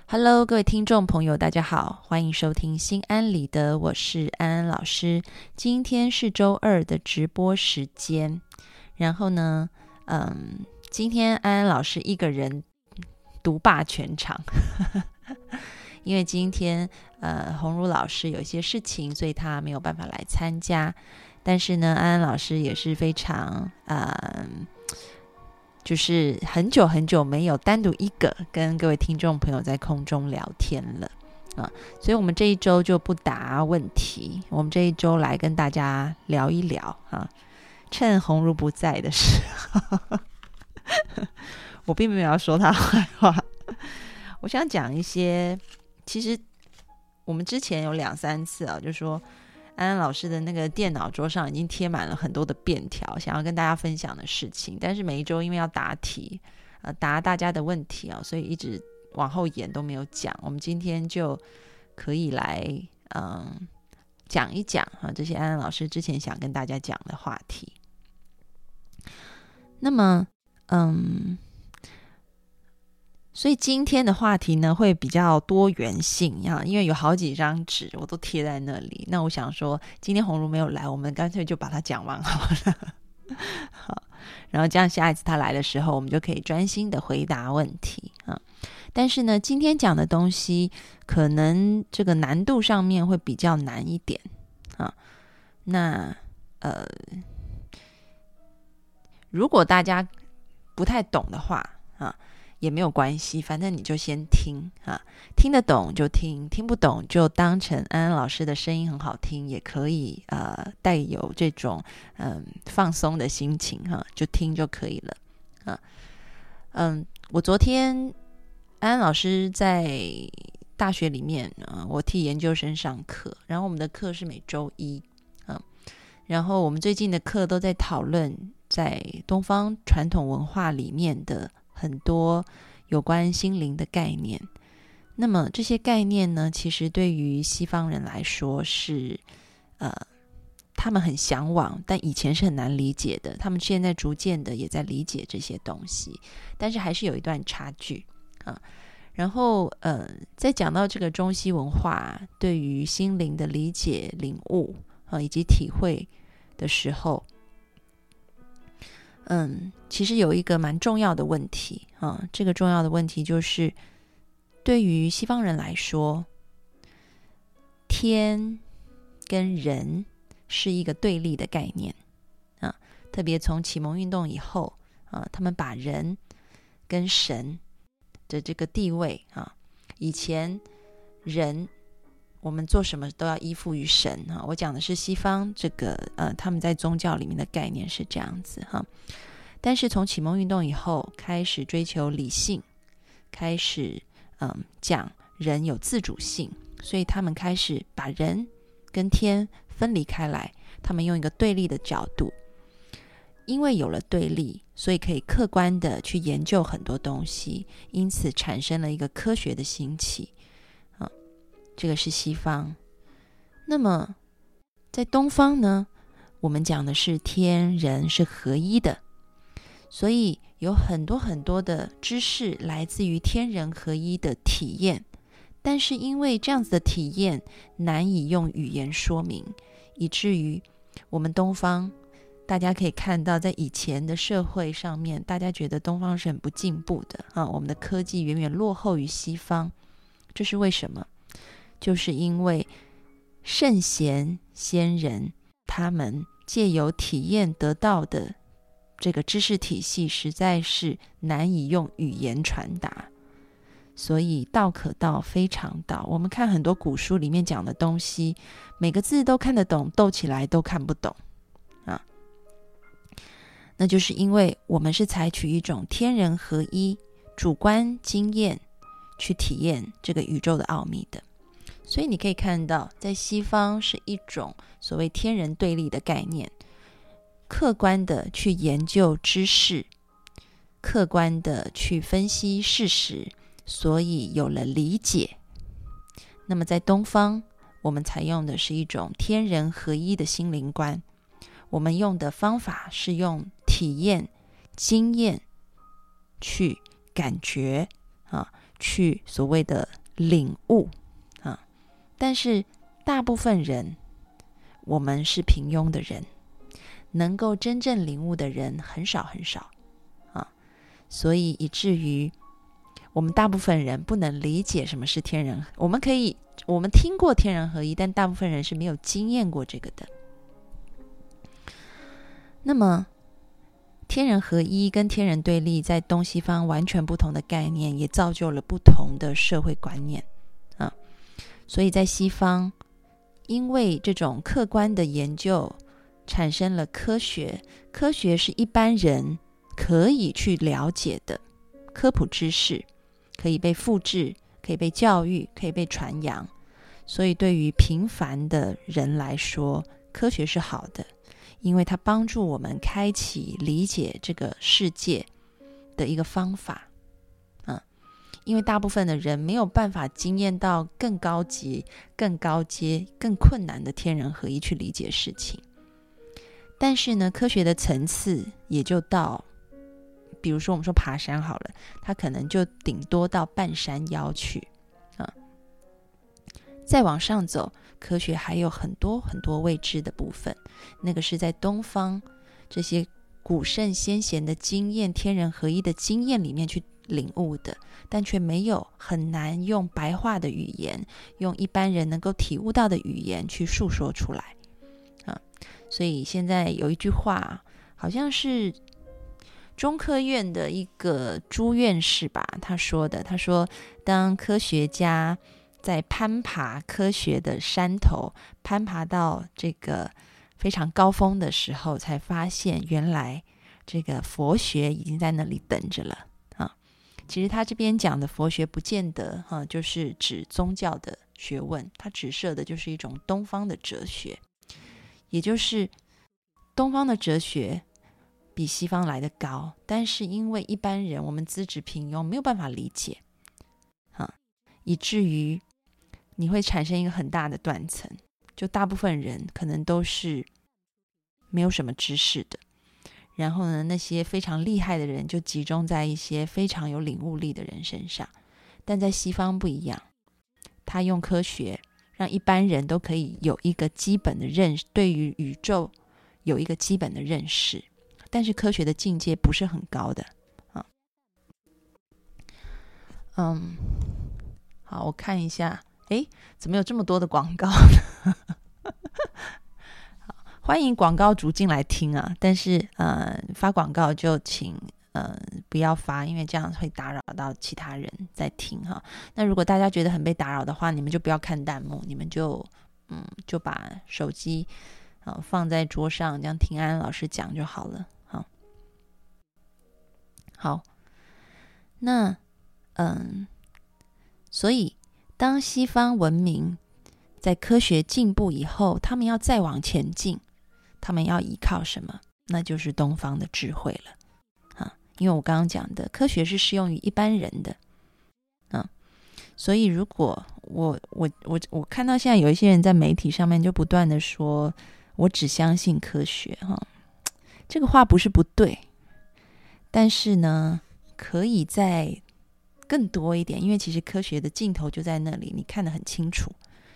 Hello，各位听众朋友，大家好，欢迎收听心安理得，我是安安老师。今天是周二的直播时间，然后呢，今天安安老师一个人独霸全场，因为今天鸿儒老师有一些事情，所以他没有办法来参加。但是呢，安安老师也是非常就是很久很久没有单独一个跟各位听众朋友在空中聊天了所以我们这一周就不答问题，我们这一周来跟大家聊一聊趁鸿儒不在的时候我并没有要说他坏话，我想讲一些，其实我们之前有2-3次就说安安老师的那个电脑桌上已经贴满了很多的便条，想要跟大家分享的事情，但是每一周因为要答题答大家的问题所以一直往后延都没有讲。我们今天就可以来讲一讲这些安安老师之前想跟大家讲的话题。那么所以今天的话题呢会比较多元性因为有好几张纸我都贴在那里，那我想说今天鸿儒没有来，我们干脆就把它讲完好了好，然后这样下一次他来的时候我们就可以专心的回答问题但是呢今天讲的东西可能这个难度上面会比较难一点那如果大家不太懂的话也没有关系，反正你就先听听得懂就听，听不懂就当成安安老师的声音很好听，也可以带有这种放松的心情就听就可以了我昨天安安老师在大学里面我替研究生上课，然后我们的课是每周一然后我们最近的课都在讨论在东方传统文化里面的很多有关心灵的概念。那么这些概念呢，其实对于西方人来说是他们很向往，但以前是很难理解的，他们现在逐渐的也在理解这些东西，但是还是有一段差距然后在讲到这个中西文化对于心灵的理解领悟以及体会的时候其实有一个蛮重要的问题这个重要的问题就是对于西方人来说，天跟人是一个对立的概念特别从启蒙运动以后他们把人跟神的这个地位以前人我们做什么都要依附于神我讲的是西方这个他们在宗教里面的概念是这样子但是从启蒙运动以后开始追求理性，开始讲人有自主性，所以他们开始把人跟天分离开来，他们用一个对立的角度，因为有了对立，所以可以客观的去研究很多东西，因此产生了一个科学的兴起这个是西方。那么在东方呢，我们讲的是天人是合一的，所以有很多很多的知识来自于天人合一的体验，但是因为这样子的体验难以用语言说明，以至于我们东方大家可以看到在以前的社会上面，大家觉得东方是很不进步的我们的科技远远落后于西方。这是为什么？就是因为圣贤先人他们借由体验得到的这个知识体系实在是难以用语言传达，所以道可道非常道。我们看很多古书里面讲的东西，每个字都看得懂，斗起来都看不懂那就是因为我们是采取一种天人合一主观经验去体验这个宇宙的奥秘的。所以你可以看到在西方是一种所谓天人对立的概念，客观的去研究知识，客观的去分析事实，所以有了理解。那么在东方我们采用的是一种天人合一的心灵观，我们用的方法是用体验经验去感觉去所谓的领悟啊。但是大部分人，我们是平庸的人，能够真正领悟的人很少很少啊，所以以至于我们大部分人不能理解什么是天人。我们听过天人合一，但大部分人是没有经验过这个的。那么天人合一跟天人对立在东西方完全不同的概念，也造就了不同的社会观念啊。所以在西方，因为这种客观的研究产生了科学，科学是一般人可以去了解的科普知识，可以被复制，可以被教育，可以被传扬。所以对于平凡的人来说，科学是好的，因为它帮助我们开启理解这个世界的一个方法。因为大部分的人没有办法经验到更高级、更高阶、更困难的天人合一去理解事情。但是呢，科学的层次也就到，比如说我们说爬山好了，它可能就顶多到半山腰去啊。再往上走，科学还有很多很多未知的部分，那个是在东方这些古圣先贤的经验、天人合一的经验里面去领悟的，但却没有很难用白话的语言，用一般人能够体悟到的语言去述说出来啊。所以现在有一句话，好像是中科院的一个朱院士吧，他说当科学家在攀爬科学的山头，攀爬到这个非常高峰的时候，才发现原来这个佛学已经在那里等着了啊。其实他这边讲的佛学不见得就是指宗教的学问，他指涉的就是一种东方的哲学，也就是东方的哲学比西方来得高，但是因为一般人我们资质平庸，没有办法理解以至于你会产生一个很大的断层，就大部分人可能都是没有什么知识的，然后呢，那些非常厉害的人就集中在一些非常有领悟力的人身上。但在西方不一样，他用科学让一般人都可以有一个基本的认识，对于宇宙有一个基本的认识，但是科学的境界不是很高的好，我看一下，怎么有这么多的广告呢？欢迎广告主进来听啊，但是发广告就请不要发，因为这样会打扰到其他人在听哈。那如果大家觉得很被打扰的话，你们就不要看弹幕，你们就把手机放在桌上，这样听安安老师讲就好了。好，那所以当西方文明在科学进步以后，他们要再往前进，他们要依靠什么？那就是东方的智慧了因为我刚刚讲的科学是适用于一般人的所以如果我看到现在有一些人在媒体上面就不断的说我只相信科学这个话不是不对，但是呢可以再更多一点，因为其实科学的尽头就在那里，你看得很清楚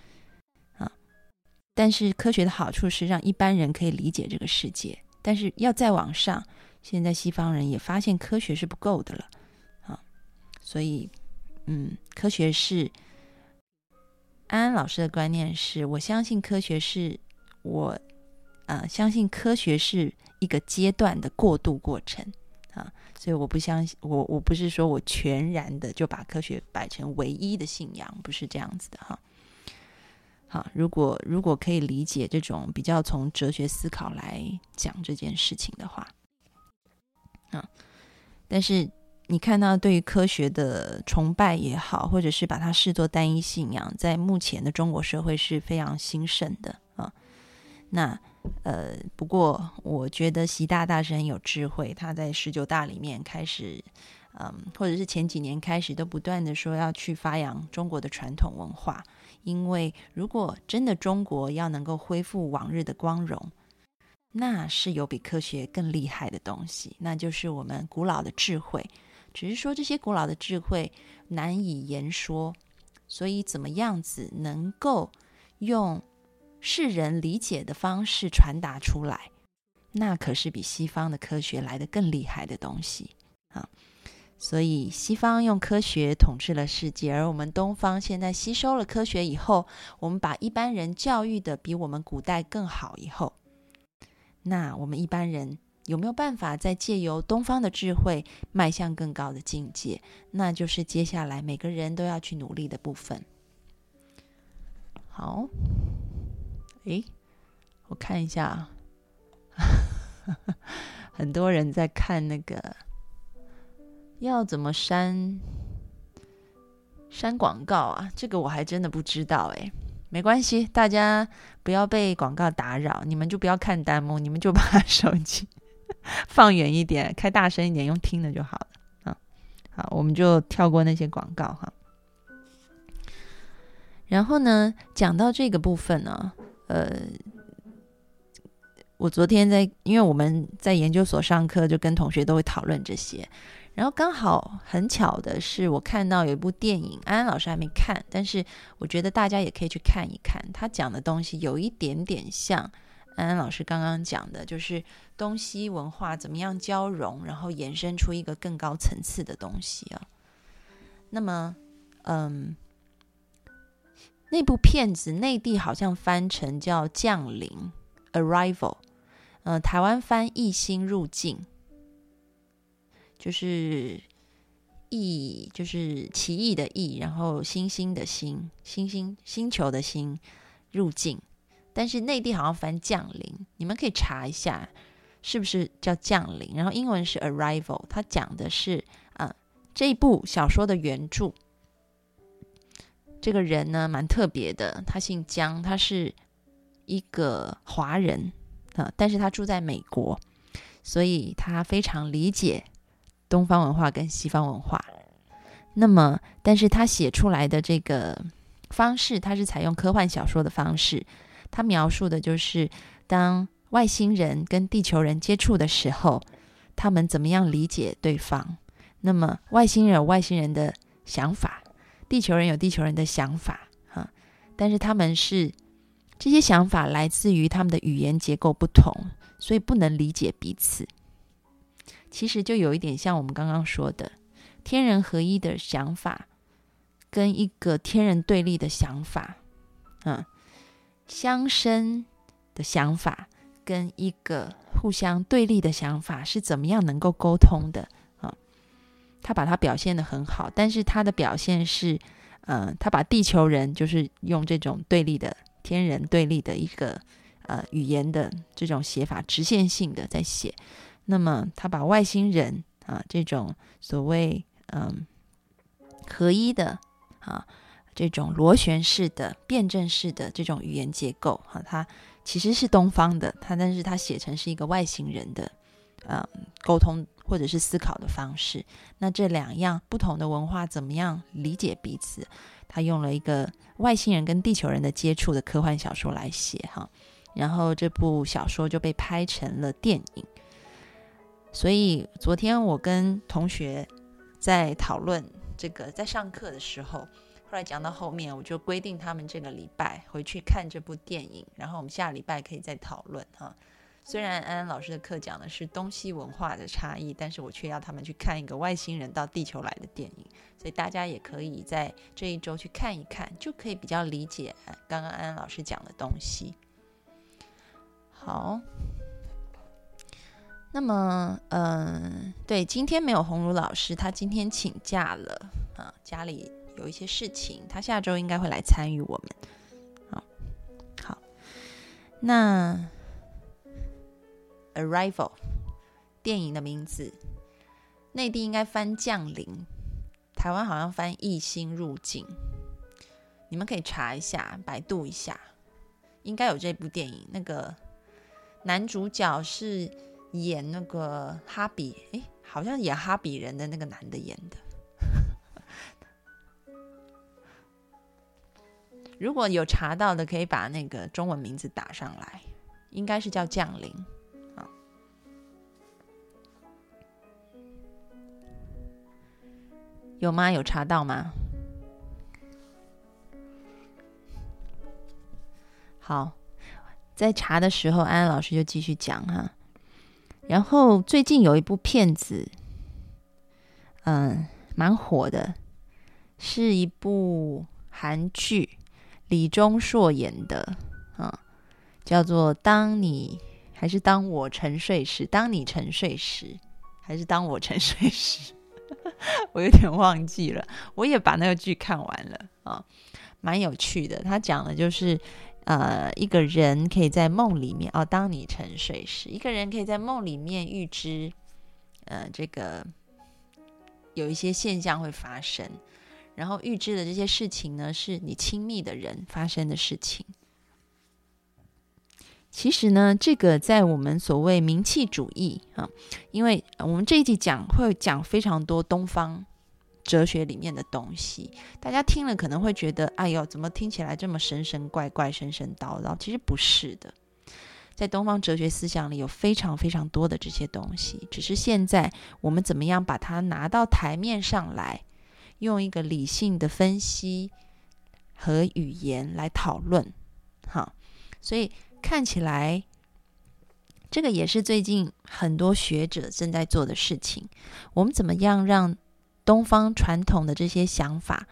但是科学的好处是让一般人可以理解这个世界，但是要再往上，现在西方人也发现科学是不够的了所以科学是安安老师的观念是，我相信科学是相信科学是一个阶段的过渡过程所以我不相信，我不是说我全然的就把科学摆成唯一的信仰，不是这样子的好，如果可以理解这种比较从哲学思考来讲这件事情的话但是你看到对于科学的崇拜也好，或者是把它视作单一信仰，在目前的中国社会是非常兴盛的那不过我觉得习大大是很有智慧，他在19大里面开始或者是前几年开始都不断的说要去发扬中国的传统文化，因为如果真的中国要能够恢复往日的光荣，那是有比科学更厉害的东西，那就是我们古老的智慧，只是说这些古老的智慧难以言说所以怎么样子能够用世人理解的方式传达出来，那可是比西方的科学来得更厉害的东西啊。所以西方用科学统治了世界，而我们东方现在吸收了科学以后，我们把一般人教育的比我们古代更好以后，那我们一般人有没有办法再借由东方的智慧迈向更高的境界？那就是接下来每个人都要去努力的部分。好，我看一下很多人在看那个要怎么删广告啊，这个我还真的不知道没关系，大家不要被广告打扰，你们就不要看弹幕，你们就把手机放远一点，开大声一点，用听的就好了好，我们就跳过那些广告哈。然后呢，讲到这个部分呢，我昨天因为我们在研究所上课，就跟同学都会讨论这些。然后刚好很巧的是，我看到有一部电影，安安老师还没看，但是我觉得大家也可以去看一看。他讲的东西有一点点像安安老师刚刚讲的，就是东西文化怎么样交融，然后衍生出一个更高层次的东西啊。那么，那部片子内地好像翻成叫《降临》（Arrival），台湾翻异星入境。就是就是奇异的异，然后星星的星，星球的星，入境。但是内地好像翻降临，你们可以查一下是不是叫降临。然后英文是 arrival， 它讲的是这一部小说的原著。这个人呢蛮特别的，他姓江，他是一个华人但是他住在美国，所以他非常理解东方文化跟西方文化。那么但是他写出来的这个方式，他是采用科幻小说的方式，他描述的就是当外星人跟地球人接触的时候，他们怎么样理解对方。那么外星人有外星人的想法，地球人有地球人的想法但是这些想法来自于他们的语言结构不同，所以不能理解彼此。其实就有一点像我们刚刚说的天人合一的想法跟一个天人对立的想法相生的想法跟一个互相对立的想法是怎么样能够沟通的他把它表现得很好，但是他的表现是他把地球人就是用这种对立的天人对立的一个语言的这种写法，直线性的在写。那么他把外星人这种所谓合一的这种螺旋式的辩证式的这种语言结构它其实是东方的，但是他写成是一个外星人的沟通或者是思考的方式。那这两样不同的文化怎么样理解彼此，他用了一个外星人跟地球人的接触的科幻小说来写然后这部小说就被拍成了电影。所以昨天我跟同学在讨论这个，在上课的时候，后来讲到后面，我就规定他们这个礼拜回去看这部电影，然后我们下礼拜可以再讨论虽然安安老师的课讲的是东西文化的差异，但是我却要他们去看一个外星人到地球来的电影，所以大家也可以在这一周去看一看，就可以比较理解刚刚安安老师讲的东西。好，那么对，今天没有鸿儒老师，他今天请假了家里有一些事情，他下周应该会来参与我们好，那 Arrival 电影的名字，内地应该翻降临，台湾好像翻异星入境，你们可以查一下，百度一下，应该有这部电影。那个男主角是演那个哈比，好像演哈比人的那个男的演的如果有查到的，可以把那个中文名字打上来，应该是叫降临有吗？有查到吗？ 好，在查的时候，安安老师就继续讲哈。然后最近有一部片子，蛮火的，是一部韩剧，李钟硕演的，叫做当我沉睡时，当你沉睡时，还是当我沉睡时，我有点忘记了。我也把那个剧看完了蛮有趣的。他讲的就是一个人可以在梦里面当你沉睡时，一个人可以在梦里面预知这个有一些现象会发生，然后预知的这些事情呢，是你亲密的人发生的事情。其实呢，这个在我们所谓名气主义因为我们这一集会讲非常多东方哲学里面的东西，大家听了可能会觉得哎呦，怎么听起来这么神神怪怪、神神叨叨？其实不是的，在东方哲学思想里有非常非常多的这些东西，只是现在我们怎么样把它拿到台面上来，用一个理性的分析和语言来讨论。所以看起来这个也是最近很多学者正在做的事情。我们怎么样让东方传统的这些想法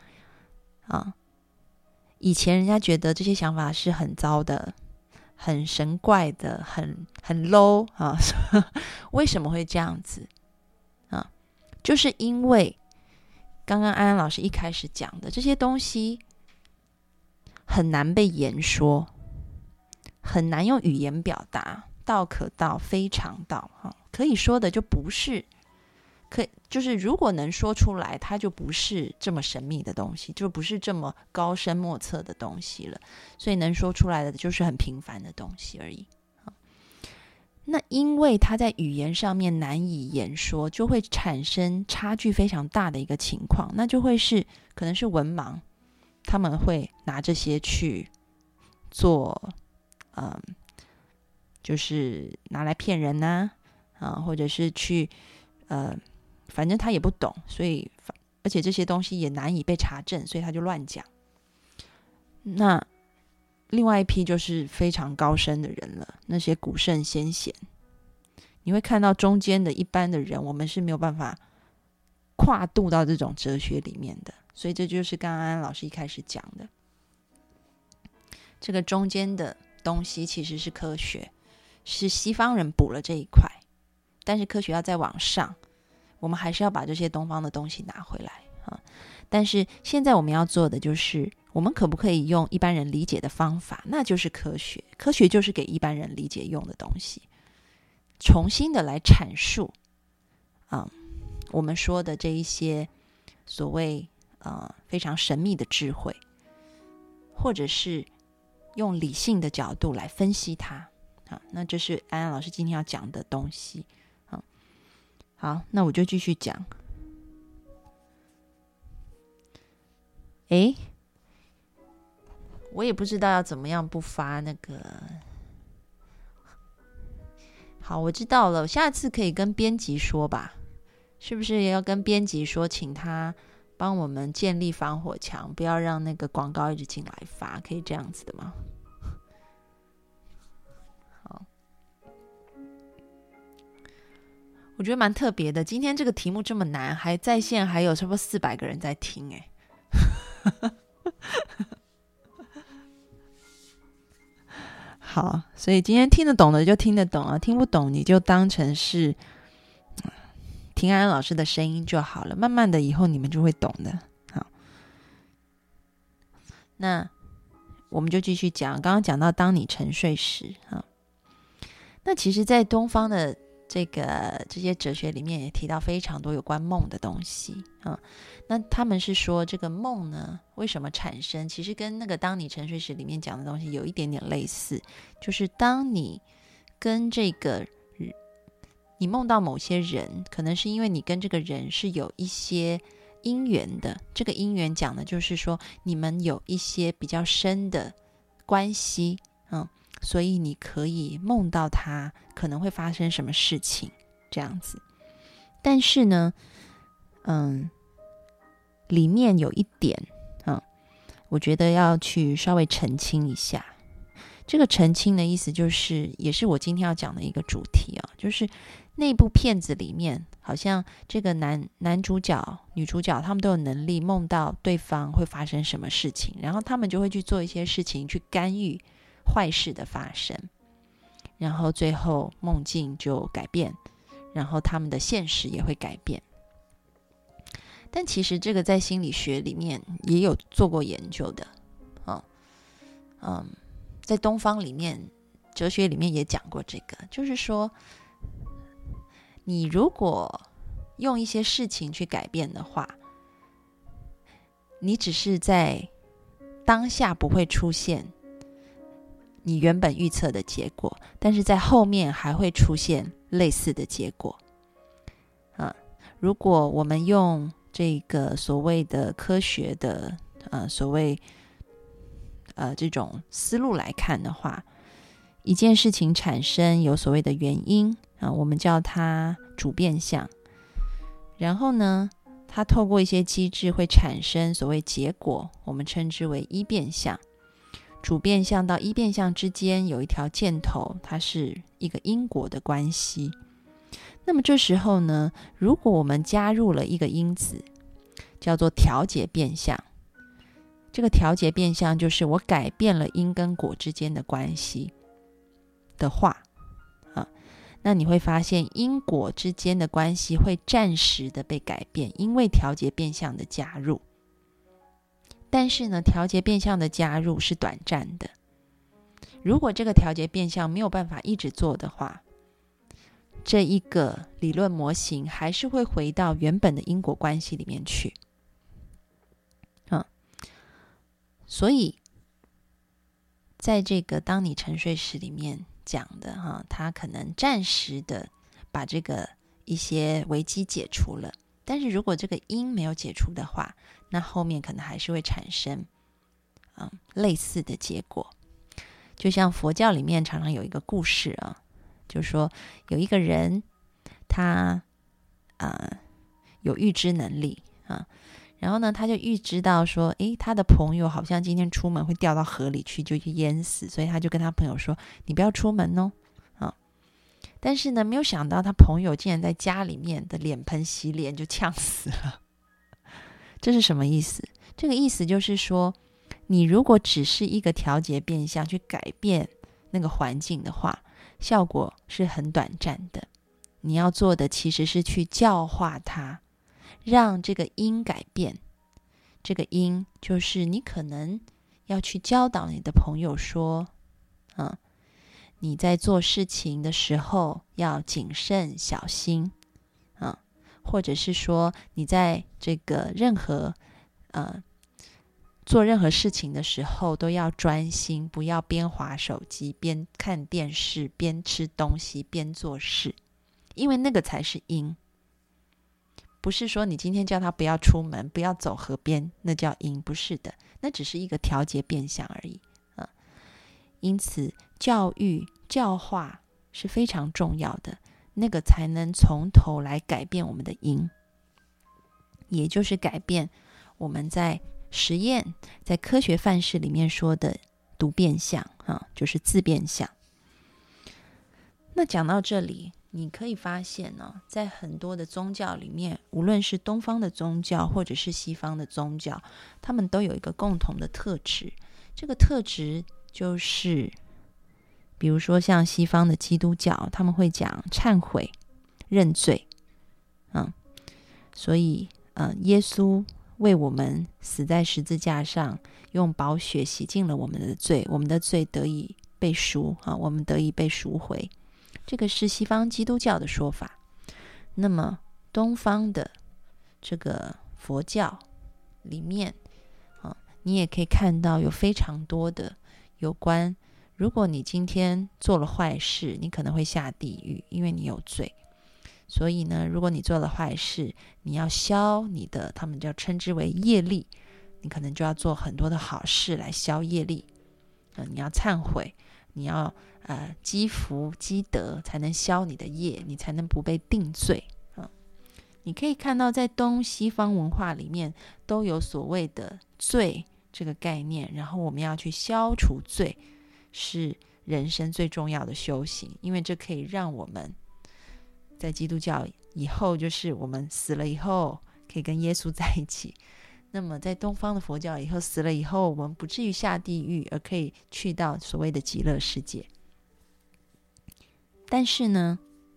以前人家觉得这些想法是很糟的、很神怪的、很 low 为什么会这样子就是因为刚刚安安老师一开始讲的这些东西很难被言说，很难用语言表达，道可道非常道可以说的就不是，就是如果能说出来，它就不是这么神秘的东西，就不是这么高深莫测的东西了，所以能说出来的就是很平凡的东西而已。那因为它在语言上面难以言说，就会产生差距非常大的一个情况，那就会是可能是文盲，他们会拿这些去做就是拿来骗人或者是去反正他也不懂，所以而且这些东西也难以被查证，所以他就乱讲。那另外一批就是非常高深的人了，那些古圣先贤，你会看到中间的一般的人，我们是没有办法跨度到这种哲学里面的，所以这就是刚刚安老师一开始讲的，这个中间的东西其实是科学，是西方人补了这一块，但是科学要再往上，我们还是要把这些东方的东西拿回来但是现在我们要做的就是，我们可不可以用一般人理解的方法，那就是科学，科学就是给一般人理解用的东西，重新的来阐述我们说的这一些所谓非常神秘的智慧，或者是用理性的角度来分析它那这是安安老师今天要讲的东西好，那我就继续讲。我也不知道要怎么样不发那个。好，我知道了，下次可以跟编辑说吧，是不是也要跟编辑说，请他帮我们建立防火墙，不要让那个广告一直进来发，可以这样子的吗？好，我觉得蛮特别的，今天这个题目这么难，还在线还有差不多400个人在听好，所以今天听得懂的就听得懂听不懂你就当成是听安安老师的声音就好了，慢慢的以后你们就会懂的。好，那我们就继续讲，刚刚讲到当你沉睡时那其实在东方的这些哲学里面也提到非常多有关梦的东西那他们是说这个梦呢为什么产生，其实跟那个当你沉睡时里面讲的东西有一点点类似，就是当你跟你梦到某些人，可能是因为你跟这个人是有一些因缘的，这个因缘讲的就是说你们有一些比较深的关系所以你可以梦到他可能会发生什么事情这样子。但是呢里面有一点我觉得要去稍微澄清一下， 这个澄清的意思就是，也是我今天要讲的一个主题啊，就是那部片子里面，好像这个男主角、女主角，他们都有能力梦到对方会发生什么事情，然后他们就会去做一些事情，去干预坏事的发生，然后最后梦境就改变，然后他们的现实也会改变。但其实这个在心理学里面也有做过研究的，在东方里面，哲学里面也讲过这个，就是说，你如果用一些事情去改变的话，你只是在当下不会出现你原本预测的结果，但是在后面还会出现类似的结果。如果我们用这个所谓的科学的所谓这种思路来看的话，一件事情产生有所谓的原因我们叫它主变相，然后呢，它透过一些机制会产生所谓结果，我们称之为依变相。主变相到依变相之间有一条箭头，它是一个因果的关系。那么这时候呢，如果我们加入了一个因子，叫做调节变相，这个调节变相就是我改变了因跟果之间的关系的话那你会发现因果之间的关系会暂时的被改变，因为调节变相的加入。但是呢，调节变相的加入是短暂的，如果这个调节变相没有办法一直做的话，这一个理论模型还是会回到原本的因果关系里面去所以在这个当你沉睡时里面讲的他可能暂时的把这个一些危机解除了，但是如果这个因没有解除的话，那后面可能还是会产生类似的结果。就像佛教里面常常有一个故事就是说有一个人他有预知能力然后呢，他就预知到说，他的朋友好像今天出门会掉到河里去，就淹死，所以他就跟他朋友说，你不要出门哦。但是呢，没有想到他朋友竟然在家里面的脸盆洗脸就呛死了。这是什么意思？这个意思就是说，你如果只是一个调节变相去改变那个环境的话，效果是很短暂的。你要做的其实是去教化它，让这个因改变。这个因就是你可能要去教导你的朋友说你在做事情的时候要谨慎小心或者是说你在这个任何做任何事情的时候都要专心，不要边滑手机边看电视边吃东西边做事，因为那个才是因。不是说你今天叫他不要出门不要走河边，那叫因，不是的，那只是一个调节变相而已因此教育教化是非常重要的，那个才能从头来改变我们的因，也就是改变我们在实验在科学范式里面说的读变相就是自变相。那讲到这里，你可以发现在很多的宗教里面，无论是东方的宗教或者是西方的宗教，他们都有一个共同的特质，这个特质就是比如说像西方的基督教，他们会讲忏悔认罪所以耶稣为我们死在十字架上，用宝血洗净了我们的罪，我们的罪得以被赎我们得以被赎回，这个是西方基督教的说法。那么东方的这个佛教里面你也可以看到有非常多的有关，如果你今天做了坏事，你可能会下地狱，因为你有罪。所以呢，如果你做了坏事，你要消你的，他们就称之为业力，你可能就要做很多的好事来消业力你要忏悔，你要积福积德，才能消你的业，你才能不被定罪你可以看到在东西方文化里面都有所谓的罪这个概念，然后我们要去消除罪， 是人生最重要的修行，因为这可以让我们在基督教以后，就是我们死了以后可以跟耶稣在一起。那么在东方的佛教以后，死了以后我们不至于下地狱，而可以去到所谓的极乐世界。但是呢，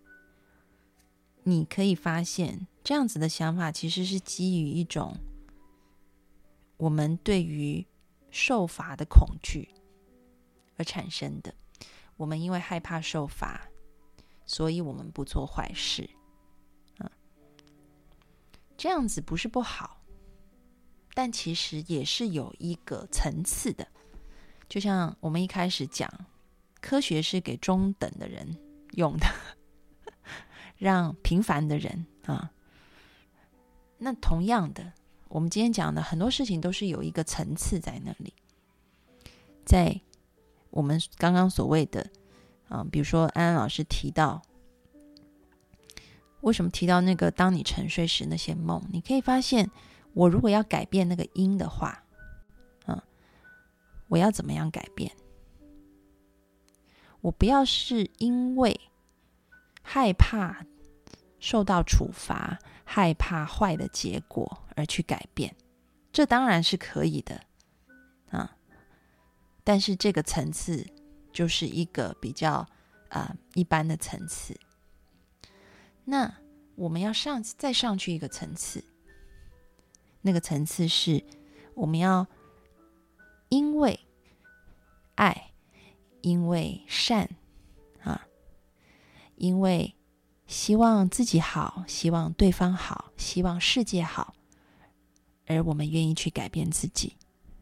你可以发现这样子的想法其实是基于一种我们对于受罚的恐惧而产生的。我们因为害怕受罚，所以我们不做坏事。这样子不是不好，但其实也是有一个层次的。就像我们一开始讲，科学是给中等的人用的，让平凡的人那同样的，我们今天讲的很多事情都是有一个层次在那里。在我们刚刚所谓的比如说安安老师提到，为什么提到那个当你沉睡时那些梦，你可以发现，我如果要改变那个因的话，我要怎么样改变？我不要是因为害怕受到处罚，害怕坏的结果而去改变，这当然是可以的但是这个层次就是一个比较一般的层次。那我们要再上去一个层次，那个层次是我们要因为爱，因为善因为希望自己好，希望对方好，希望世界好，而我们愿意去改变自己。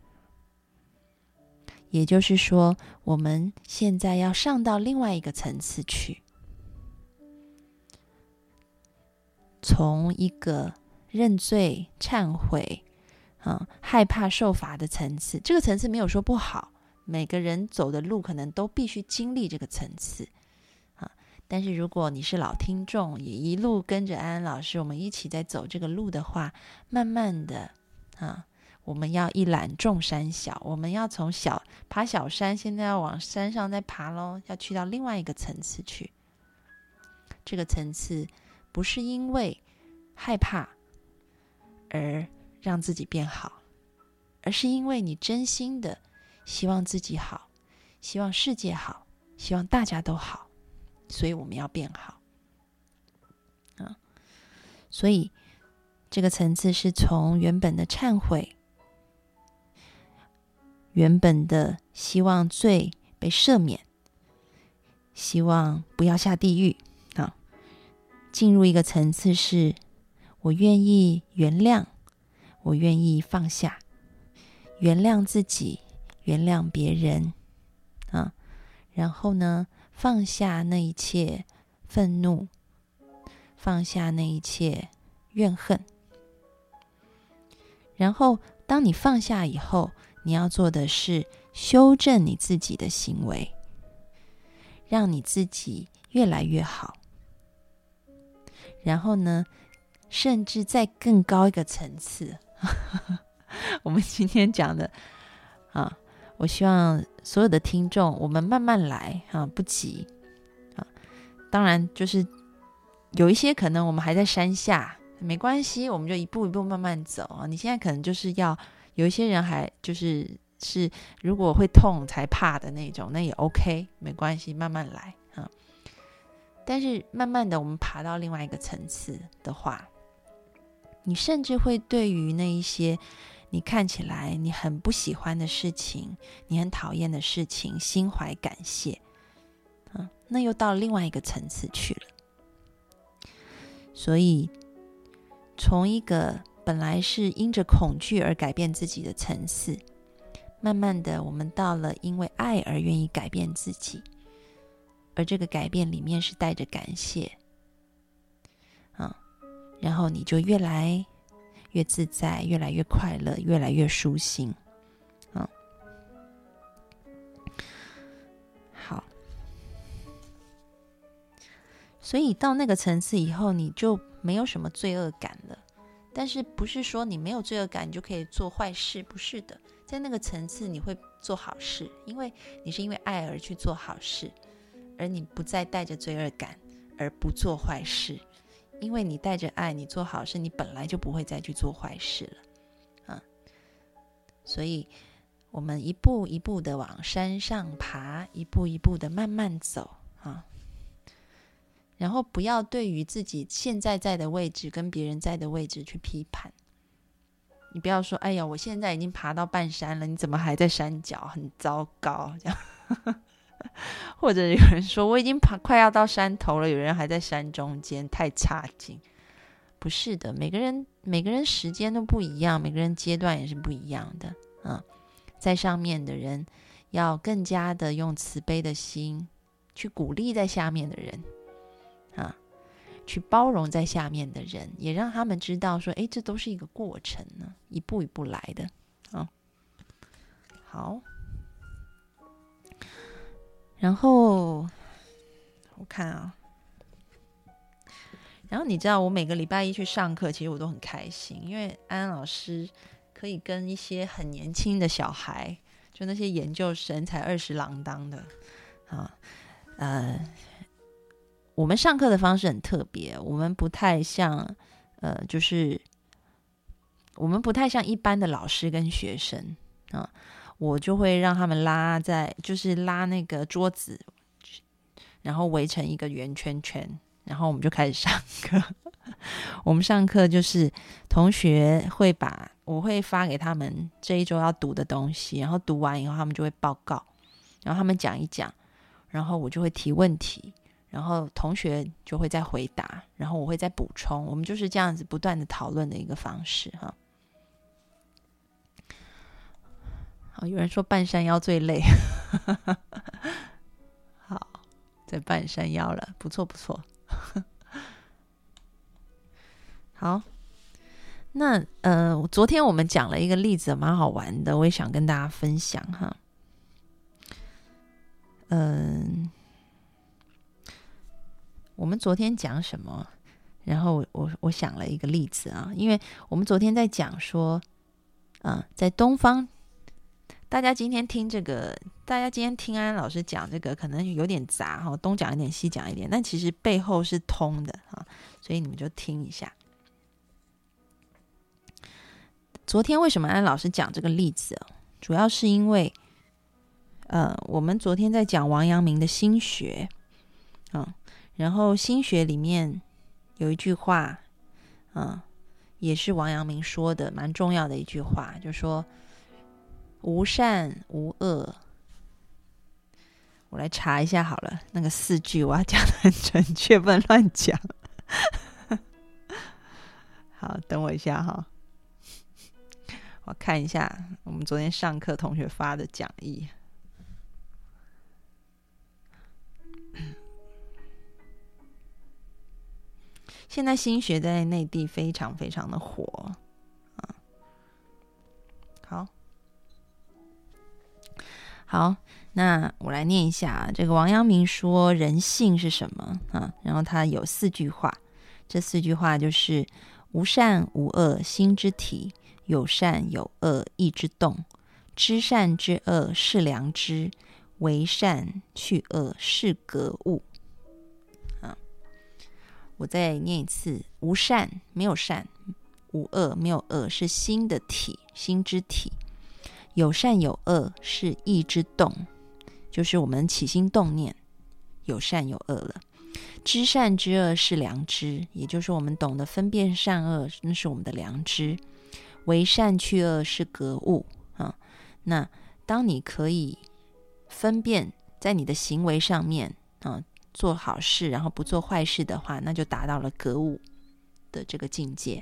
也就是说，我们现在要上到另外一个层次去，从一个认罪、忏悔害怕受罚的层次。这个层次没有说不好，每个人走的路可能都必须经历这个层次但是如果你是老听众，也一路跟着安安老师我们一起在走这个路的话，慢慢的我们要一览众山小，我们要从爬小山，现在要往山上再爬咯，要去到另外一个层次去。这个层次不是因为害怕而让自己变好，而是因为你真心的希望自己好，希望世界好，希望大家都好，所以我们要变好所以这个层次是从原本的忏悔，原本的希望罪被赦免，希望不要下地狱进入一个层次是我愿意原谅，我愿意放下，原谅自己，原谅别人然后呢，放下那一切愤怒，放下那一切怨恨。然后当你放下以后，你要做的是修正你自己的行为，让你自己越来越好。然后呢，甚至再更高一个层次我们今天讲的我希望所有的听众我们慢慢来不急当然就是有一些可能我们还在山下，没关系，我们就一步一步慢慢走你现在可能就是要有一些人还是如果会痛才怕的那种，那也 OK， 没关系，慢慢来但是慢慢的我们爬到另外一个层次的话，你甚至会对于那一些你看起来你很不喜欢的事情，你很讨厌的事情心怀感谢那又到另外一个层次去了。所以从一个本来是因着恐惧而改变自己的层次，慢慢的我们到了因为爱而愿意改变自己，而这个改变里面是带着感谢然后你就越来越自在，越来越快乐，越来越舒心好，所以到那个层次以后，你就没有什么罪恶感了。但是不是说你没有罪恶感你就可以做坏事，不是的。 在那个层次你会做好事，因为你是因为爱而去做好事，而你不再带着罪恶感而不做坏事，因为你带着爱你做好事，你本来就不会再去做坏事了所以我们一步一步的往山上爬，一步一步的慢慢走然后不要对于自己现在在的位置跟别人在的位置去批判。你不要说哎呀我现在已经爬到半山了，你怎么还在山脚，很糟糕这样或者有人说我已经快要到山头了，有人还在山中间，太差劲。不是的，每个人时间都不一样，每个人阶段也是不一样的在上面的人要更加的用慈悲的心去鼓励在下面的人去包容在下面的人，也让他们知道说这都是一个过程呢，一步一步来的好，然后我看然后你知道我每个礼拜一去上课，其实我都很开心，因为安安老师可以跟一些很年轻的小孩，就那些研究生才20郎当的我们上课的方式很特别，我们不太像就是我们不太像一般的老师跟学生我就会让他们拉那个桌子，然后围成一个圆圈圈，然后我们就开始上课我们上课就是同学我会发给他们这一周要读的东西，然后读完以后他们就会报告，然后他们讲一讲，然后我就会提问题，然后同学就会再回答，然后我会再补充，我们就是这样子不断的讨论的一个方式好，有人说半山腰最累好，在半山腰了，不错不错好，那昨天我们讲了一个例子蛮好玩的，我也想跟大家分享我们昨天讲什么？然后我想了一个例子因为我们昨天在讲说在东方，大家今天听安安老师讲这个可能有点杂东讲一点西讲一点，但其实背后是通的所以你们就听一下。昨天为什么安老师讲这个例子主要是因为我们昨天在讲王阳明的心学然后心学里面有一句话也是王阳明说的蛮重要的一句话，就说无善无恶。我来查一下好了，那个4句我要讲得很准确，不能乱讲好，等我一下我看一下我们昨天上课同学发的讲义。现在心学在内地非常非常的火好，那我来念一下这个王阳明说人性是什么然后他有4句话，这4句话就是无善无恶心之体，有善有恶意之动，知善知恶是良知，为善去恶是格物我再念一次，无善没有善，无恶没有恶，是心的体，心之体，有善有恶是意之动，就是我们起心动念有善有恶了。知善知恶是良知，也就是我们懂得分辨善恶，那是我们的良知。为善去恶是格物那当你可以分辨在你的行为上面做好事然后不做坏事的话，那就达到了格物的这个境界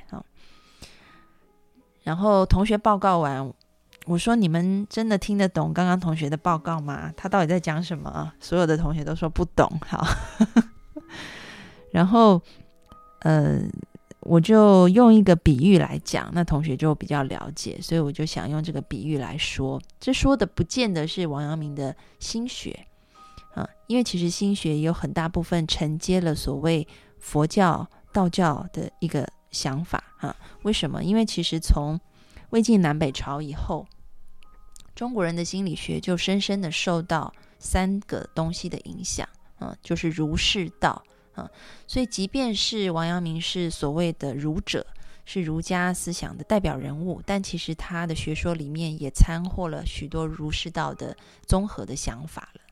然后同学报告完，我说你们真的听得懂刚刚同学的报告吗？他到底在讲什么所有的同学都说不懂好然后我就用一个比喻来讲，那同学就比较了解，所以我就想用这个比喻来说。这说的不见得是王阳明的心学因为其实心学也有很大部分承接了所谓佛教道教的一个想法为什么？因为其实从魏晋南北朝以后中国人的心理学就深深的受到3个东西的影响，就是儒释道，所以即便是王阳明是所谓的儒者，是儒家思想的代表人物，但其实他的学说里面也掺和了许多儒释道的综合的想法了。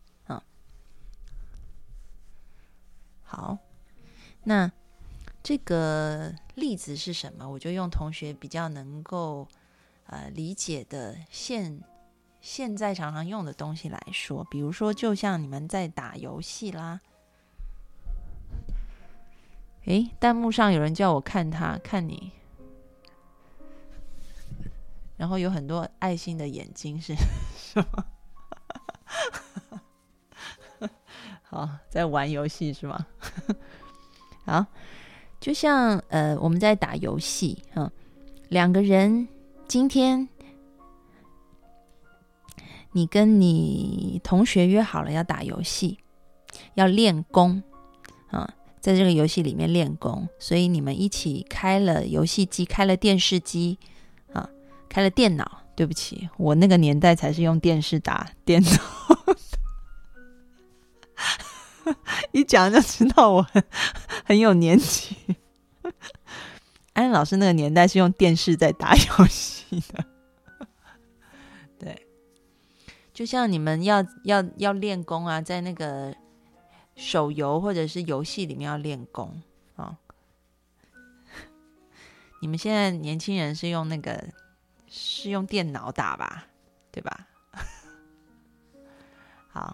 好，那这个例子是什么？我就用同学比较能够理解的现在常常用的东西来说，比如说就像你们在打游戏啦，弹幕上有人叫我看你，然后有很多爱心的眼睛是什么？好，在玩游戏是吗？好，就像我们在打游戏，2个人今天你跟你同学约好了要打游戏，要练功在这个游戏里面练功，所以你们一起开了游戏机，开了电视机开了电脑。对不起，我那个年代才是用电视打电脑一讲就知道我很有年纪。安老师那个年代是用电视在打游戏的。对，就像你们要练功啊，在那个手游或者是游戏里面要练功你们现在年轻人是用电脑打吧，对吧？好，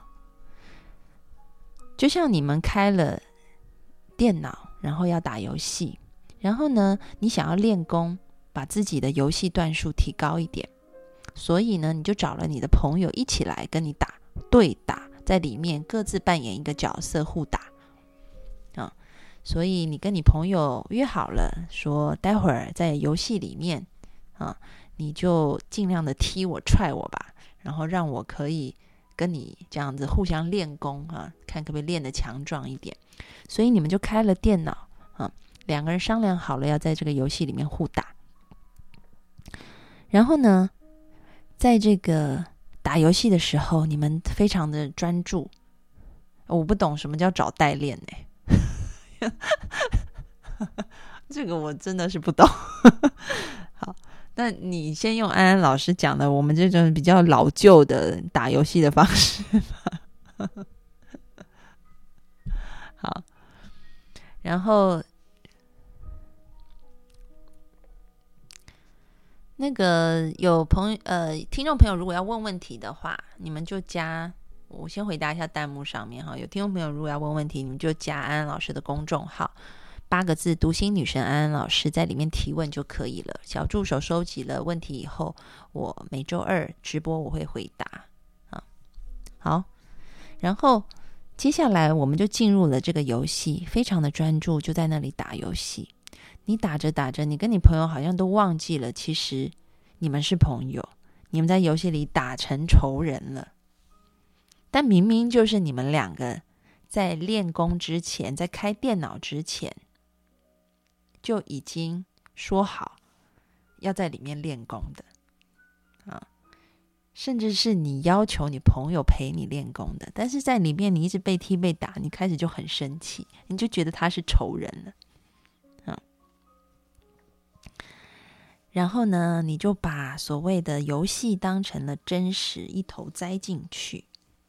就像你们开了电脑，然后要打游戏，然后呢，你想要练功，把自己的游戏段数提高一点，所以呢，你就找了你的朋友一起来跟你对打，在里面各自扮演一个角色互打所以你跟你朋友约好了，说待会儿在游戏里面你就尽量的踢我踹我吧，然后让我可以跟你这样子互相练功看可不可以练得强壮一点。所以你们就开了电脑2个人商量好了要在这个游戏里面互打。然后呢，在这个打游戏的时候，你们非常的专注。我不懂什么叫找代练这个我真的是不懂。好，那你先用安安老师讲的我们这种比较老旧的打游戏的方式吧。好，然后那个有听众朋友如果要问问题的话，你们就加，我先回答一下弹幕上面有听众朋友如果要问问题，你们就加安安老师的公众号8个字读心女神安安老师，在里面提问就可以了。小助手收集了问题以后，我每周2直播我会回答好，然后接下来我们就进入了这个游戏，非常的专注，就在那里打游戏。你打着打着，你跟你朋友好像都忘记了其实你们是朋友，你们在游戏里打成仇人了。但明明就是你们2个在练功之前，在开电脑之前就已经说好要在里面练功的甚至是你要求你朋友陪你练功的，但是在里面你一直被踢被打，你开始就很生气，你就觉得他是仇人了然后呢，你就把所谓的游戏当成了真实，一头栽进去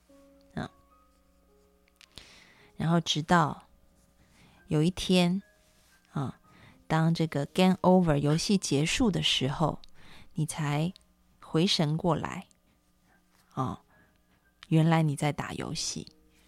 然后直到有一天当这个 game over 游戏结束的时候，你才回神过来原来你在打游戏。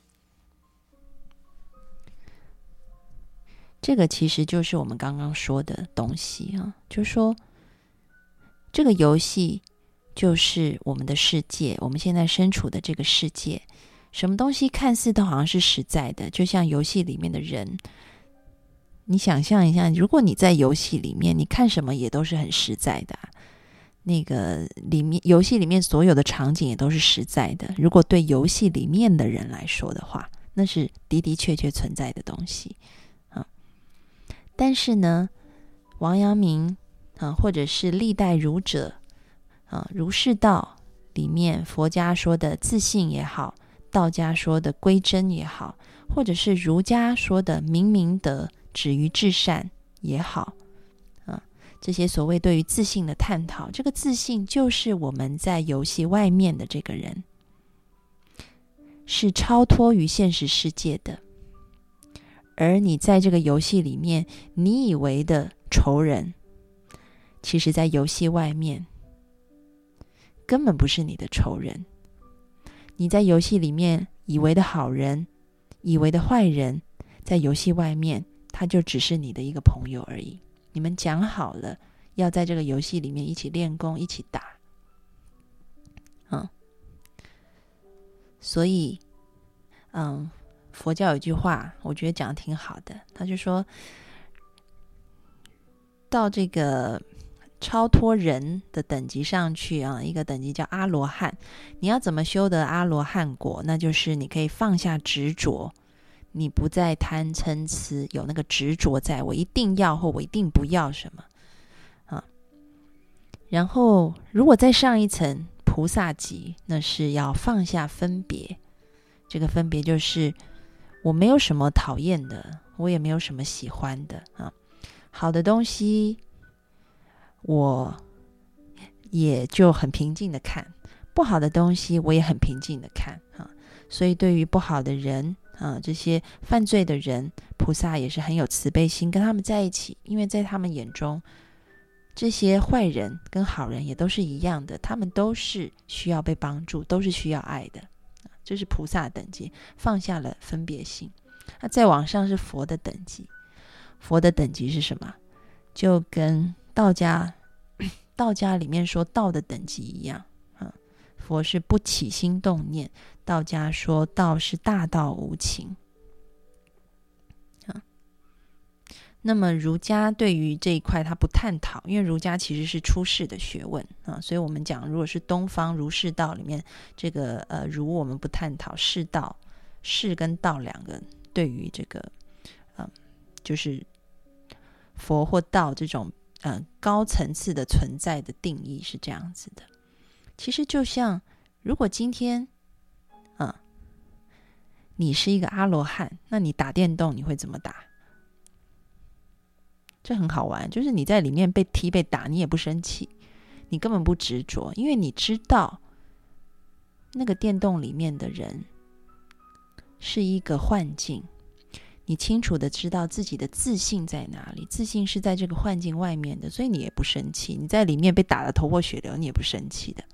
这个其实就是我们刚刚说的东西就是说这个游戏就是我们的世界，我们现在身处的这个世界，什么东西看似都好像是实在的，就像游戏里面的人，你想象一下，如果你在游戏里面，你看什么也都是很实在的那个里面游戏里面所有的场景也都是实在的，如果对游戏里面的人来说的话，那是的的确确存在的东西但是呢，王阳明或者是历代儒者儒释道里面，佛家说的自信也好，道家说的归真也好，或者是儒家说的明明德，止于至善也好，这些所谓对于自信的探讨，这个自信就是我们在游戏外面的这个人，是超脱于现实世界的。而你在这个游戏里面，你以为的仇人，其实在游戏外面根本不是你的仇人。你在游戏里面以为的好人，以为的坏人，在游戏外面他就只是你的一个朋友而已。你们讲好了要在这个游戏里面一起练功，一起打。所以佛教有一句话我觉得讲得挺好的，他就说到这个超脱人的等级上去一个等级叫阿罗汉。你要怎么修得阿罗汉果？那就是你可以放下执着，你不再贪嗔痴，有那个执着在我一定要或我一定不要什么然后如果再上一层菩萨级，那是要放下分别。这个分别就是我没有什么讨厌的，我也没有什么喜欢的好的东西我也就很平静的看，不好的东西我也很平静的看所以对于不好的人这些犯罪的人，菩萨也是很有慈悲心，跟他们在一起。因为在他们眼中，这些坏人跟好人也都是一样的，他们都是需要被帮助，都是需要爱的。这是菩萨等级，放下了分别心。那再往上是佛的等级。佛的等级是什么？就跟道家里面说道的等级一样佛是不起心动念，道家说道是大道无情那么儒家对于这一块他不探讨，因为儒家其实是出世的学问所以我们讲如果是东方儒释道里面这个儒我们不探讨，释道，释跟道两个对于这个就是佛或道这种高层次的存在的定义是这样子的。其实就像如果今天你是一个阿罗汉，那你打电动你会怎么打？这很好玩，就是你在里面被踢被打，你也不生气，你根本不执着，因为你知道那个电动里面的人是一个幻境，你清楚的知道自己的自信在哪里，自信是在这个幻境外面的，所以你也不生气，你在里面被打得头破血流，你也不生气的。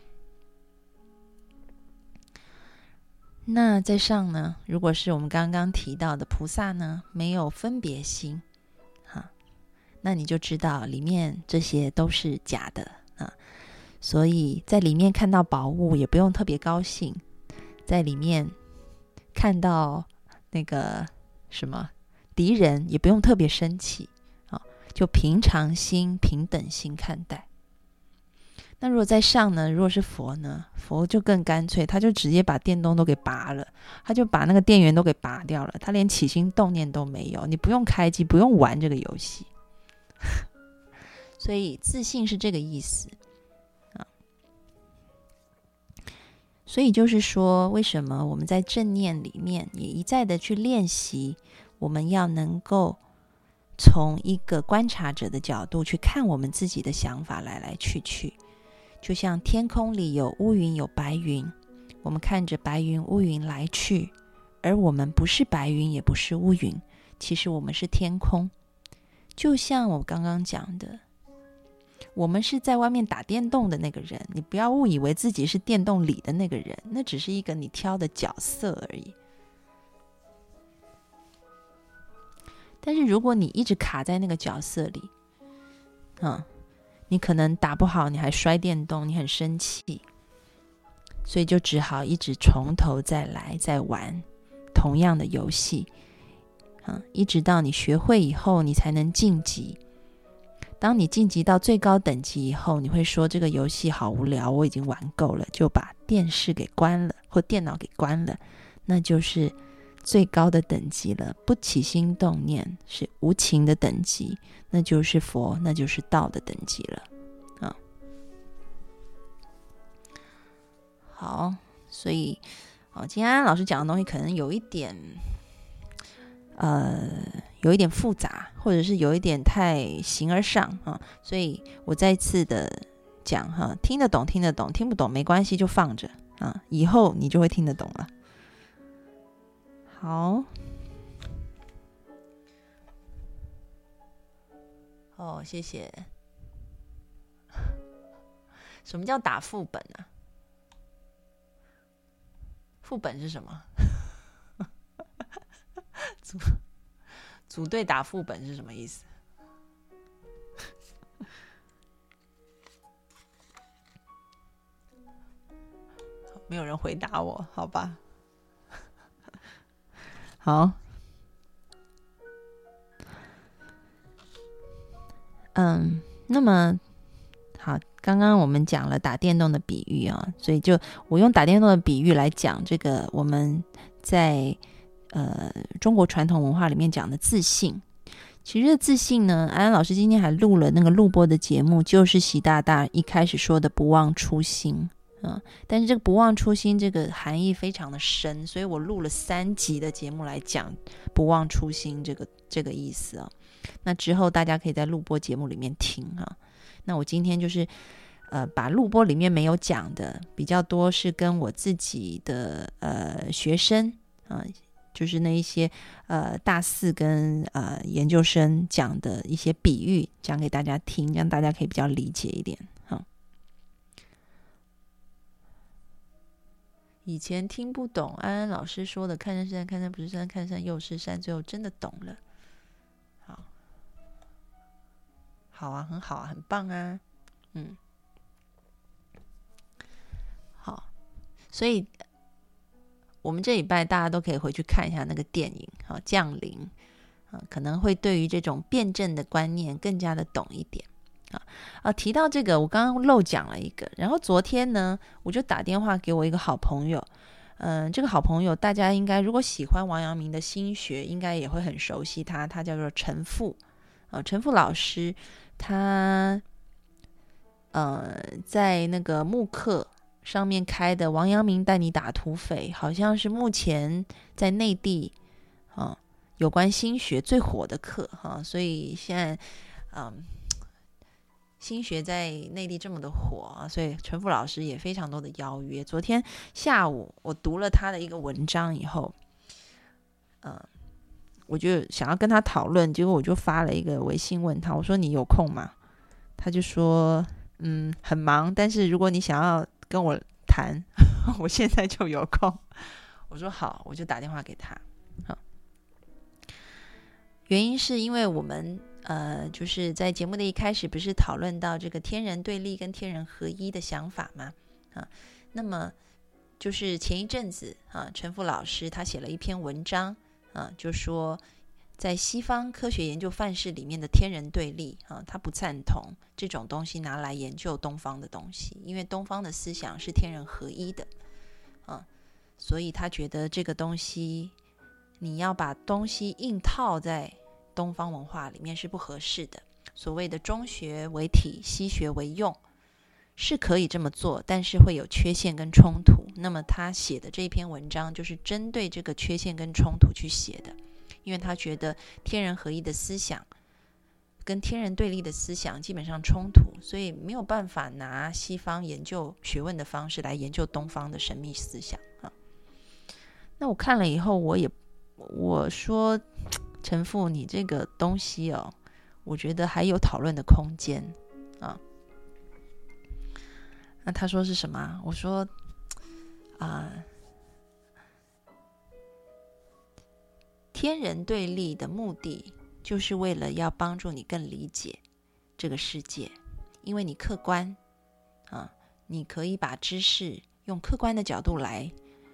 那在上呢，如果是我们刚刚提到的菩萨呢，没有分别心那你就知道里面这些都是假的所以在里面看到宝物也不用特别高兴，在里面看到那个什么敌人也不用特别生气就平常心平等心看待。那如果在上呢，如果是佛呢，佛就更干脆，他就直接把电动都给拔了，他就把那个电源都给拔掉了，他连起心动念都没有，你不用开机，不用玩这个游戏所以自信是这个意思所以就是说，为什么我们在正念里面也一再的去练习，我们要能够从一个观察者的角度去看我们自己的想法来来去去。就像天空里有乌云有白云，我们看着白云乌云来去，而我们不是白云也不是乌云，其实我们是天空。就像我刚刚讲的，我们是在外面打电动的那个人，你不要误以为自己是电动里的那个人，那只是一个你挑的角色而已。但是如果你一直卡在那个角色里你可能打不好，你还摔电动，你很生气，所以就只好一直从头再来，再玩同样的游戏一直到你学会以后，你才能晋级。当你晋级到最高等级以后，你会说这个游戏好无聊，我已经玩够了，就把电视给关了或电脑给关了，那就是最高的等级了，不起心动念，是无情的等级，那就是佛，那就是道的等级了所以今天安安老师讲的东西可能有一点复杂，或者是有一点太形而上所以我再次的讲听得懂听得懂，听不懂没关系，就放着以后你就会听得懂了。好，谢谢。什么叫打副本啊？副本是什么？组队打副本是什么意思？没有人回答我，好吧。好，那么好，刚刚我们讲了打电动的比喻所以就我用打电动的比喻来讲这个我们在中国传统文化里面讲的自信。其实自信呢，安安老师今天还录了那个录播的节目，就是习大大一开始说的不忘初心但是这个不忘初心这个含义非常的深，所以我录了3集的节目来讲不忘初心这个意思那之后大家可以在录播节目里面听那我今天就是把录播里面没有讲的比较多是跟我自己的学生就是那一些大4跟研究生讲的一些比喻讲给大家听，让大家可以比较理解一点以前听不懂安安老师说的看山是山，看山不是山，看山又是山，最后真的懂了。好啊，很好啊，很棒啊。好，所以我们这礼拜大家都可以回去看一下那个电影降临可能会对于这种辩证的观念更加的懂一点提到这个我刚刚漏讲了一个，然后昨天呢我就打电话给我一个好朋友这个好朋友大家应该如果喜欢王阳明的心学应该也会很熟悉他叫做陈复陈复老师，他在那个慕课上面开的王阳明带你打土匪好像是目前在内地有关心学最火的课所以现在心学在内地这么的火所以陈复老师也非常多的邀约。昨天下午我读了他的一个文章以后我就想要跟他讨论，结果我就发了一个微信问他，我说你有空吗？他就说很忙，但是如果你想要跟我谈我现在就有空。我说好，我就打电话给他原因是因为我们就是在节目的一开始不是讨论到这个天人对立跟天人合一的想法吗那么就是前一阵子陈复老师他写了一篇文章就说在西方科学研究范式里面的天人对立他不赞同这种东西拿来研究东方的东西，因为东方的思想是天人合一的所以他觉得这个东西你要把东西硬套在东方文化里面是不合适的。所谓的中学为体，西学为用是可以这么做，但是会有缺陷跟冲突。那么他写的这篇文章就是针对这个缺陷跟冲突去写的，因为他觉得天人合一的思想跟天人对立的思想基本上冲突，所以没有办法拿西方研究学问的方式来研究东方的神秘思想那我看了以后我说陈复你这个东西我觉得还有讨论的空间那他说是什么？我说天人对立的目的就是为了要帮助你更理解这个世界，因为你客观你可以把知识用客观的角度来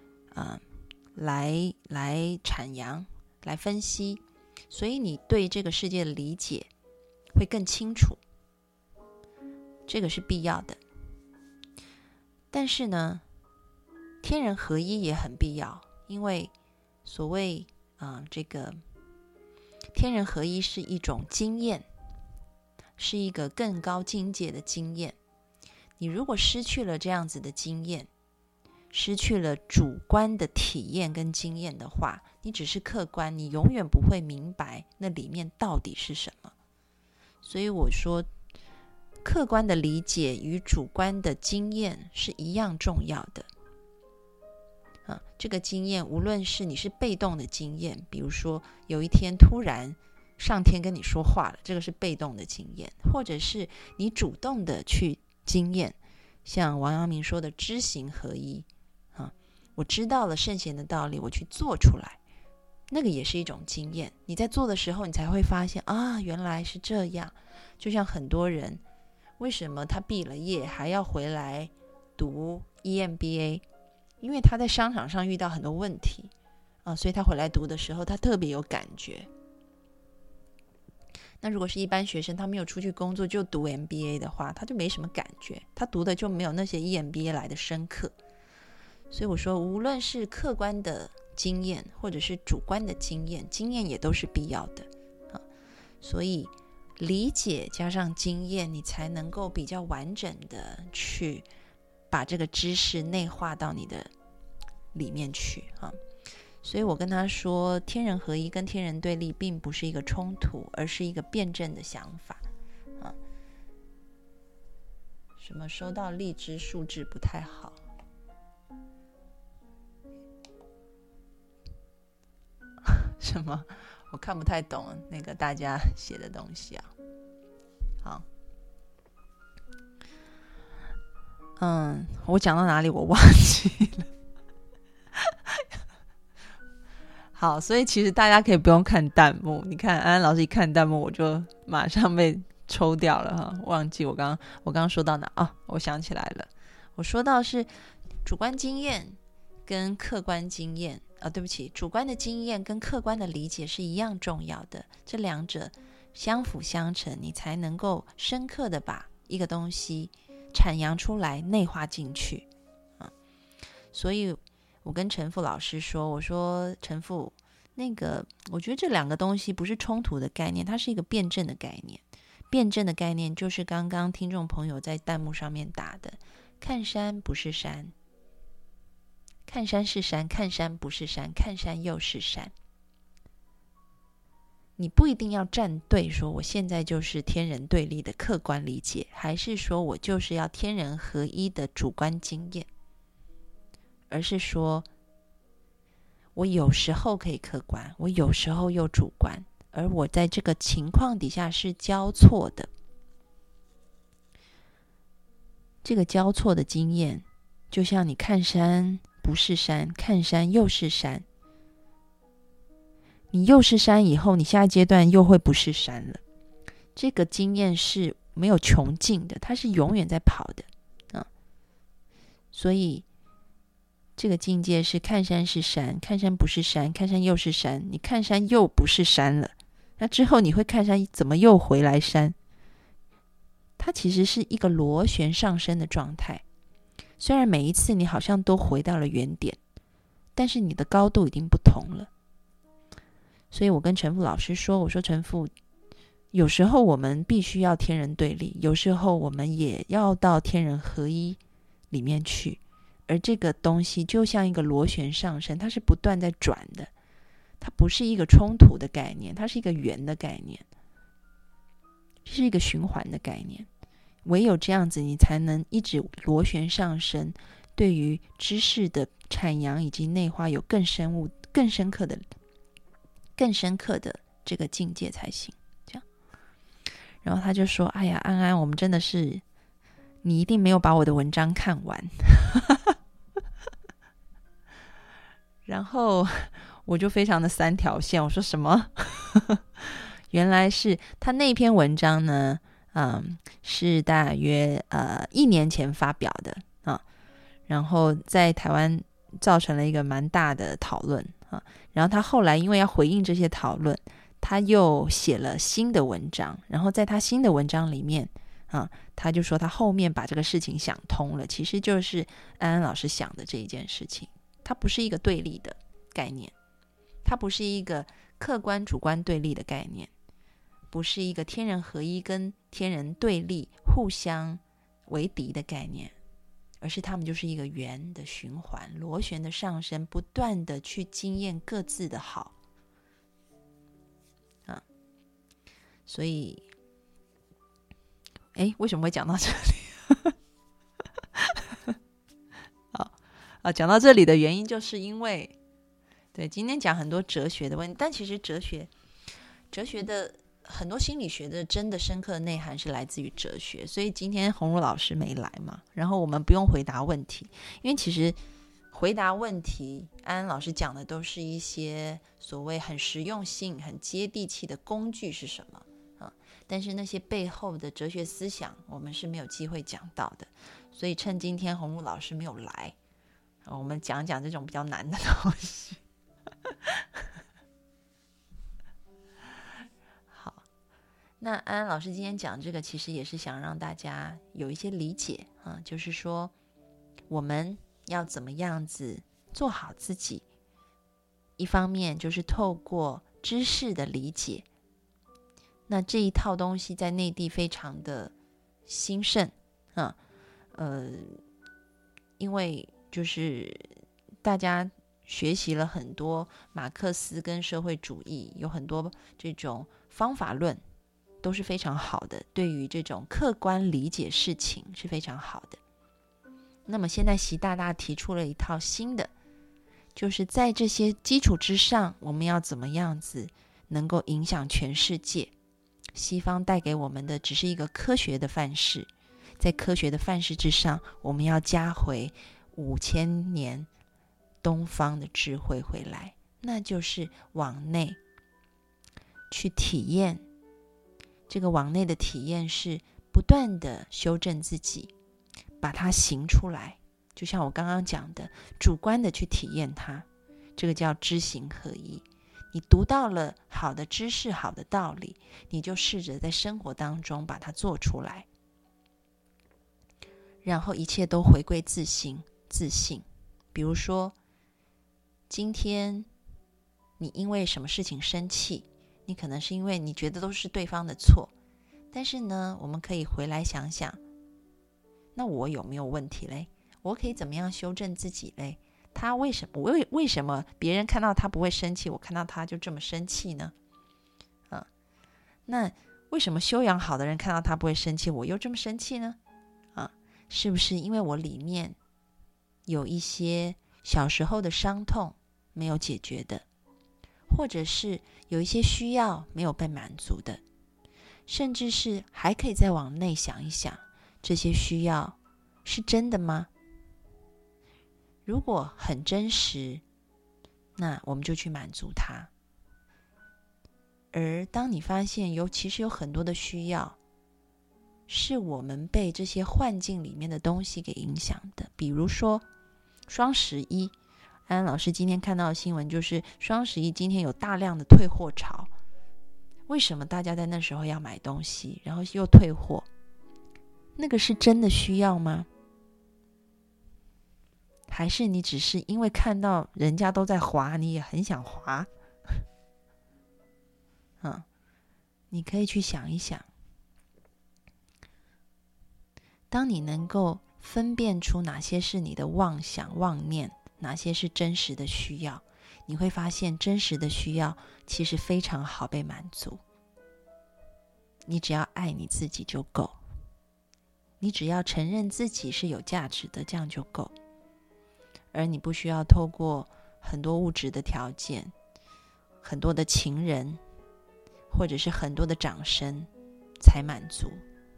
阐扬来分析，所以你对这个世界的理解会更清楚，这个是必要的。但是呢天人合一也很必要，因为所谓这个天人合一是一种经验，是一个更高境界的经验。你如果失去了这样子的经验， 失去了主观的体验跟经验的话，你只是客观，你永远不会明白那里面到底是什么。所以我说，客观的理解与主观的经验是一样重要的。这个经验，无论是你是被动的经验，比如说有一天突然上天跟你说话了，这个是被动的经验，或者是你主动的去经验，像王阳明说的知行合一，我知道了圣贤的道理，我去做出来，那个也是一种经验。你在做的时候，你才会发现啊，原来是这样。就像很多人，为什么他毕了业还要回来读 EMBA？ 因为他在商场上遇到很多问题所以他回来读的时候，他特别有感觉。那如果是一般学生，他没有出去工作就读 MBA 的话，他就没什么感觉，他读的就没有那些 EMBA 来的深刻。所以我说，无论是客观的经验或者是主观的经验，经验也都是必要的所以理解加上经验，你才能够比较完整的去把这个知识内化到你的里面去所以我跟他说，天人合一跟天人对立并不是一个冲突，而是一个辩证的想法什么收到荔枝数字不太好，什么我看不太懂那个大家写的东西好，我讲到哪里我忘记了好，所以其实大家可以不用看弹幕，你看安安老师一看弹幕，我就马上被抽掉了忘记我刚刚说到哪我想起来了，我说到是主观经验跟客观经验对不起，主观的经验跟客观的理解是一样重要的，这两者相辅相成，你才能够深刻的把一个东西阐扬出来，内化进去所以我跟陈父老师说，我说陈父，那个我觉得这两个东西不是冲突的概念，它是一个辩证的概念。辩证的概念就是刚刚听众朋友在弹幕上面打的，看山不是山，看山是山，看山不是山，看山又是山。你不一定要站队说我现在就是天人对立的客观理解，还是说我就是要天人合一的主观经验，而是说我有时候可以客观，我有时候又主观，而我在这个情况底下是交错的。这个交错的经验，就像你看山不是山，看山又是山。你又是山以后，你下一阶段又会不是山了。这个经验是没有穷尽的，它是永远在跑的所以这个境界是看山是山，看山不是山，看山又是山。你看山又不是山了，那之后你会看山怎么又回来山？它其实是一个螺旋上升的状态。虽然每一次你好像都回到了原点，但是你的高度已经不同了。所以我跟陈父老师说，我说陈父，有时候我们必须要天人对立，有时候我们也要到天人合一里面去。而这个东西就像一个螺旋上升，它是不断在转的，它不是一个冲突的概念，它是一个圆的概念，是一个循环的概念。唯有这样子，你才能一直螺旋上升，对于知识的阐扬以及内化有更深刻的这个境界才行。这样，然后他就说：“哎呀，安安，我们真的是，你一定没有把我的文章看完。”然后我就非常的三条线，我说什么？原来是他那篇文章呢，是大约1年前发表的然后在台湾造成了一个蛮大的讨论然后他后来因为要回应这些讨论，他又写了新的文章，然后在他新的文章里面他就说他后面把这个事情想通了，其实就是安安老师想的这一件事情。它不是一个对立的概念，它不是一个客观主观对立的概念，不是一个天人合一跟天人对立互相为敌的概念， 而是他们就是一个圆的循环，螺旋的上升，不断的去经验各自的好所以为什么会讲到这里讲到这里的原因就是因为对今天讲很多哲学的问题，但其实哲学的很多心理学的真的深刻的内涵是来自于哲学，所以今天鸿儒老师没来嘛，然后我们不用回答问题，因为其实回答问题安安老师讲的都是一些所谓很实用性很接地气的工具是什么但是那些背后的哲学思想我们是没有机会讲到的，所以趁今天鸿儒老师没有来我们讲讲这种比较难的东西好，那安安老师今天讲这个其实也是想让大家有一些理解就是说我们要怎么样子做好自己，一方面就是透过知识的理解，那这一套东西在内地非常的兴盛因为就是大家学习了很多马克思跟社会主义，有很多这种方法论都是非常好的，对于这种客观理解事情是非常好的。那么现在习大大提出了一套新的，就是在这些基础之上，我们要怎么样子能够影响全世界。西方带给我们的只是一个科学的范式，在科学的范式之上，我们要加回5000年东方的智慧回来，那就是往内去体验。这个往内的体验是不断的修正自己，把它行出来，就像我刚刚讲的，主观的去体验它，这个叫知行合一。你读到了好的知识好的道理，你就试着在生活当中把它做出来，然后一切都回归自信。比如说今天你因为什么事情生气，你可能是因为你觉得都是对方的错，但是呢我们可以回来想想，那我有没有问题嘞？我可以怎么样修正自己嘞？他为什么别人看到他不会生气，我看到他就这么生气呢？那为什么修养好的人看到他不会生气，我又这么生气呢？是不是因为我里面有一些小时候的伤痛没有解决的，或者是有一些需要没有被满足的，甚至是还可以再往内想一想，这些需要是真的吗？如果很真实，那我们就去满足它。而当你发现其实有很多的需要是我们被这些幻境里面的东西给影响的，比如说双11，安安老师今天看到的新闻就是双11今天有大量的退货潮。为什么大家在那时候要买东西然后又退货？那个是真的需要吗？还是你只是因为看到人家都在滑，你也很想滑？你可以去想一想，当你能够分辨出哪些是你的妄想妄念，哪些是真实的需要，你会发现真实的需要其实非常好被满足。你只要爱你自己就够，你只要承认自己是有价值的，这样就够。而你不需要透过很多物质的条件，很多的情人，或者是很多的掌声才满足。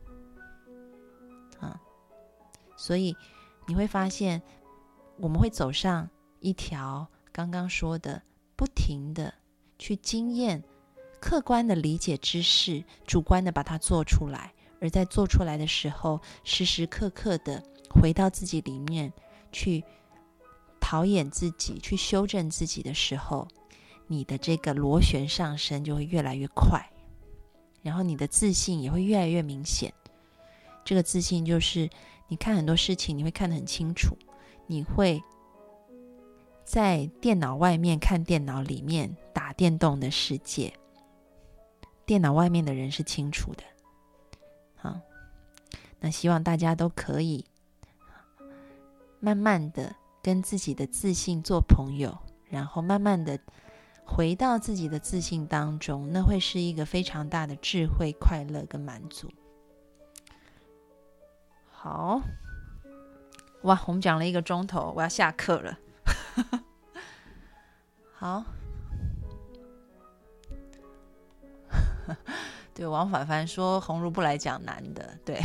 所以你会发现我们会走上一条刚刚说的不停的去经验，客观的理解知识，主观的把它做出来，而在做出来的时候时时刻刻的回到自己里面去陶冶自己，去修正自己的时候，你的这个螺旋上升就会越来越快，然后你的自信也会越来越明显。这个自信就是你看很多事情你会看得很清楚，你会在电脑外面看电脑里面打电动的世界，电脑外面的人是清楚的。那希望大家都可以慢慢的跟自己的自信做朋友，然后慢慢的回到自己的自信当中，那会是一个非常大的智慧、快乐跟满足。好，哇，我们讲了1个钟头，我要下课了。好，对，王凡凡说鸿儒不来讲难的，对。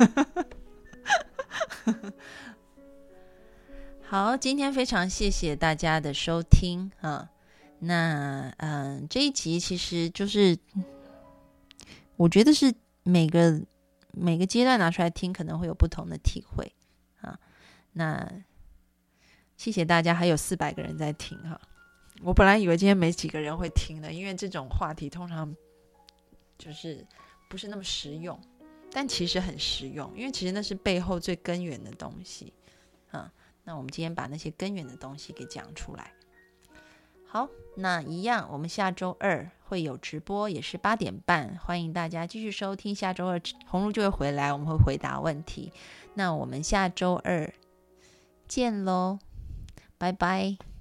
好，今天非常谢谢大家的收听啊。那这一集其实就是我觉得是每个阶段拿出来听可能会有不同的体会啊。那谢谢大家，还有400个人在听哈。我本来以为今天没几个人会听的，因为这种话题通常就是不是那么实用，但其实很实用，因为其实那是背后最根源的东西啊。那我们今天把那些根源的东西给讲出来。好，那一样我们下周2会有直播，也是8点半，欢迎大家继续收听。下周2鸿儒就会回来，我们会回答问题。那我们下周2见咯，拜拜。